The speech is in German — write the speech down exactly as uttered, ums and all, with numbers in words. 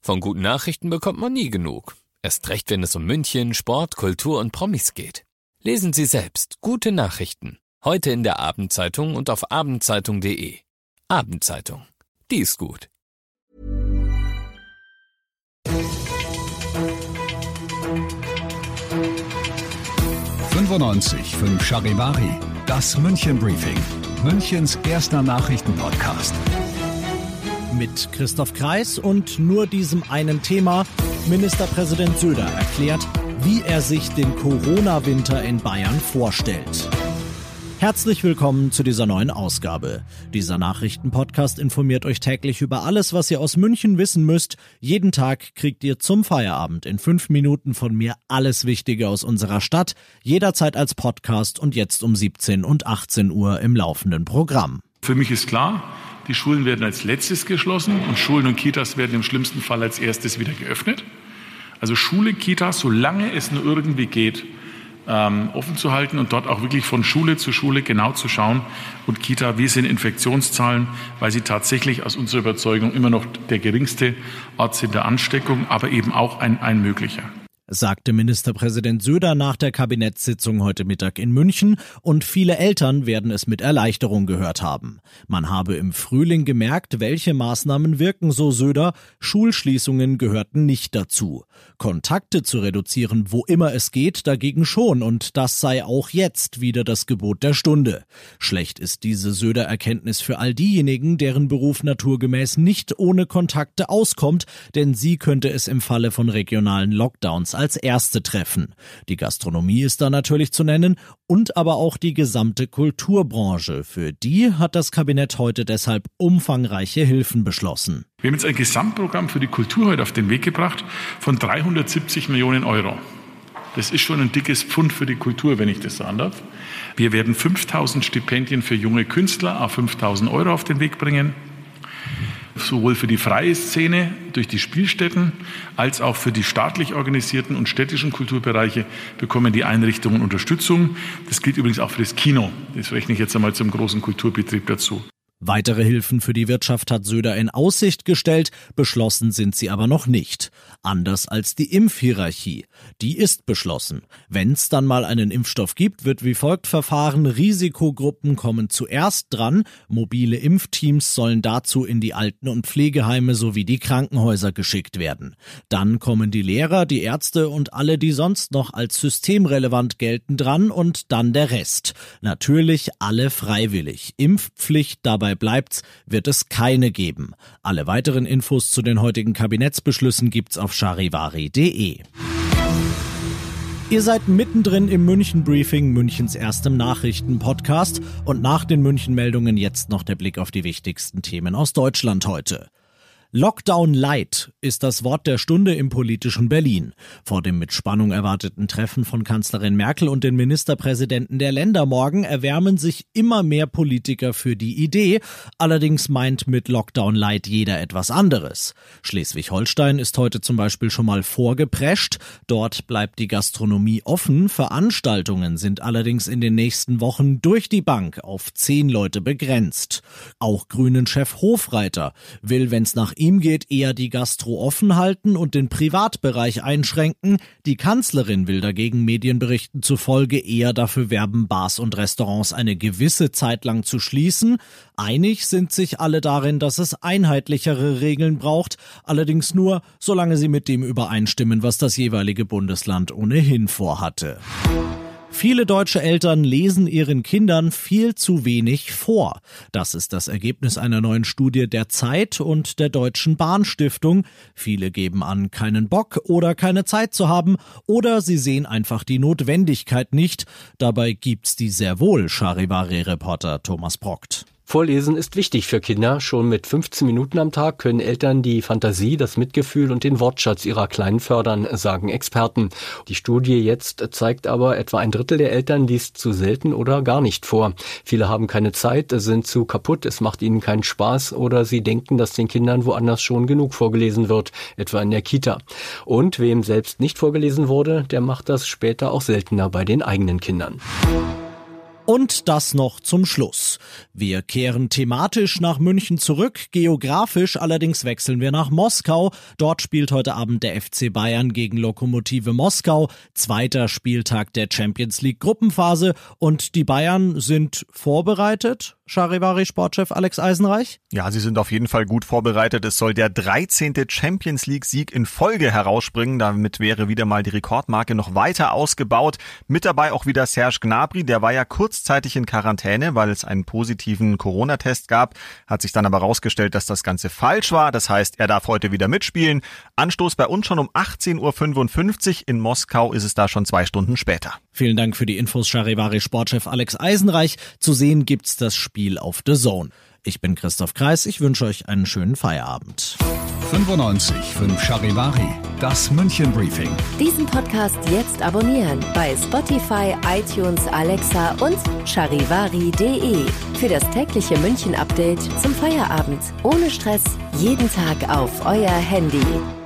Von guten Nachrichten bekommt man nie genug. Erst recht, wenn es um München, Sport, Kultur und Promis geht. Lesen Sie selbst gute Nachrichten. Heute in der Abendzeitung und auf abendzeitung punkt de. Abendzeitung. Die ist gut. fünfundneunzig Komma fünf Charivari, das München Briefing, Münchens erster Nachrichtenpodcast. Mit Christoph Kreis und nur diesem einen Thema. Ministerpräsident Söder erklärt, wie er sich den Corona-Winter in Bayern vorstellt. Herzlich willkommen zu dieser neuen Ausgabe. Dieser Nachrichtenpodcast informiert euch täglich über alles, was ihr aus München wissen müsst. Jeden Tag kriegt ihr zum Feierabend in fünf Minuten von mir alles Wichtige aus unserer Stadt, jederzeit als Podcast und jetzt um siebzehn und achtzehn Uhr im laufenden Programm. Für mich ist klar, die Schulen werden als letztes geschlossen und Schulen und Kitas werden im schlimmsten Fall als erstes wieder geöffnet. Also Schule, Kita, solange es nur irgendwie geht, ähm, offen zu halten und dort auch wirklich von Schule zu Schule genau zu schauen. Und Kita, wie sind Infektionszahlen, weil sie tatsächlich aus unserer Überzeugung immer noch der geringste Ort sind der Ansteckung, aber eben auch ein, ein möglicher. Sagte Ministerpräsident Söder nach der Kabinettssitzung heute Mittag in München, und viele Eltern werden es mit Erleichterung gehört haben. Man habe im Frühling gemerkt, welche Maßnahmen wirken, so Söder. Schulschließungen gehörten nicht dazu. Kontakte zu reduzieren, wo immer es geht, dagegen schon, und das sei auch jetzt wieder das Gebot der Stunde. Schlecht ist diese Söder-Erkenntnis für all diejenigen, deren Beruf naturgemäß nicht ohne Kontakte auskommt, denn sie könnte es im Falle von regionalen Lockdowns als erste treffen. Die Gastronomie ist da natürlich zu nennen und aber auch die gesamte Kulturbranche. Für die hat das Kabinett heute deshalb umfangreiche Hilfen beschlossen. Wir haben jetzt ein Gesamtprogramm für die Kultur heute auf den Weg gebracht von dreihundertsiebzig Millionen Euro. Das ist schon ein dickes Pfund für die Kultur, wenn ich das sagen darf. Wir werden fünftausend Stipendien für junge Künstler, auch fünftausend Euro auf den Weg bringen. Sowohl für die freie Szene durch die Spielstätten als auch für die staatlich organisierten und städtischen Kulturbereiche bekommen die Einrichtungen Unterstützung. Das gilt übrigens auch für das Kino. Das rechne ich jetzt einmal zum großen Kulturbetrieb dazu. Weitere Hilfen für die Wirtschaft hat Söder in Aussicht gestellt, beschlossen sind sie aber noch nicht. Anders als die Impfhierarchie. Die ist beschlossen. Wenn es dann mal einen Impfstoff gibt, wird wie folgt verfahren: Risikogruppen kommen zuerst dran, mobile Impfteams sollen dazu in die Alten- und Pflegeheime sowie die Krankenhäuser geschickt werden. Dann kommen die Lehrer, die Ärzte und alle, die sonst noch als systemrelevant gelten, dran, und dann der Rest. Natürlich alle freiwillig. Impfpflicht dabei bleibt's, wird es keine geben. Alle weiteren Infos zu den heutigen Kabinettsbeschlüssen gibt's auf charivari punkt de. Ihr seid mittendrin im München Briefing, Münchens erstem Nachrichtenpodcast, und nach den München-Meldungen jetzt noch der Blick auf die wichtigsten Themen aus Deutschland heute. Lockdown Light ist das Wort der Stunde im politischen Berlin. Vor dem mit Spannung erwarteten Treffen von Kanzlerin Merkel und den Ministerpräsidenten der Länder morgen erwärmen sich immer mehr Politiker für die Idee. Allerdings meint mit Lockdown Light jeder etwas anderes. Schleswig-Holstein ist heute zum Beispiel schon mal vorgeprescht. Dort bleibt die Gastronomie offen. Veranstaltungen sind allerdings in den nächsten Wochen durch die Bank auf zehn Leute begrenzt. Auch Grünen-Chef Hofreiter will, wenn's nach ihm geht, eher die Gastro offen halten und den Privatbereich einschränken. Die Kanzlerin will dagegen Medienberichten zufolge eher dafür werben, Bars und Restaurants eine gewisse Zeit lang zu schließen. Einig sind sich alle darin, dass es einheitlichere Regeln braucht, allerdings nur, solange sie mit dem übereinstimmen, was das jeweilige Bundesland ohnehin vorhatte. Viele deutsche Eltern lesen ihren Kindern viel zu wenig vor. Das ist das Ergebnis einer neuen Studie der Zeit und der Deutschen Bahnstiftung. Viele geben an, keinen Bock oder keine Zeit zu haben, oder sie sehen einfach die Notwendigkeit nicht. Dabei gibt's die sehr wohl, Charivari-Reporter Thomas Brockt. Vorlesen ist wichtig für Kinder. Schon mit fünfzehn Minuten am Tag können Eltern die Fantasie, das Mitgefühl und den Wortschatz ihrer Kleinen fördern, sagen Experten. Die Studie jetzt zeigt aber, etwa ein Drittel der Eltern liest zu selten oder gar nicht vor. Viele haben keine Zeit, sind zu kaputt, es macht ihnen keinen Spaß oder sie denken, dass den Kindern woanders schon genug vorgelesen wird, etwa in der Kita. Und wem selbst nicht vorgelesen wurde, der macht das später auch seltener bei den eigenen Kindern. Und das noch zum Schluss. Wir kehren thematisch nach München zurück, geografisch allerdings wechseln wir nach Moskau. Dort spielt heute Abend der F C Bayern gegen Lokomotive Moskau. Zweiter Spieltag der Champions League Gruppenphase und die Bayern sind vorbereitet. Charivari-Sportchef Alex Eisenreich? Ja, sie sind auf jeden Fall gut vorbereitet. Es soll der dreizehnte Champions League-Sieg in Folge herausspringen. Damit wäre wieder mal die Rekordmarke noch weiter ausgebaut. Mit dabei auch wieder Serge Gnabry. Der war ja kurzzeitig in Quarantäne, weil es einen positiven Corona-Test gab. Hat sich dann aber rausgestellt, dass das Ganze falsch war. Das heißt, er darf heute wieder mitspielen. Anstoß bei uns schon um achtzehn Uhr fünfundfünfzig. In Moskau ist es da schon zwei Stunden später. Vielen Dank für die Infos, Charivari-Sportchef Alex Eisenreich. Zu sehen gibt's das Spiel auf The Zone. Ich bin Christoph Kreis, ich wünsche euch einen schönen Feierabend. fünfundneunzig Komma fünf Charivari, das München Briefing. Diesen Podcast jetzt abonnieren bei Spotify, iTunes, Alexa und charivari punkt de. Für das tägliche München-Update zum Feierabend. Ohne Stress, jeden Tag auf euer Handy.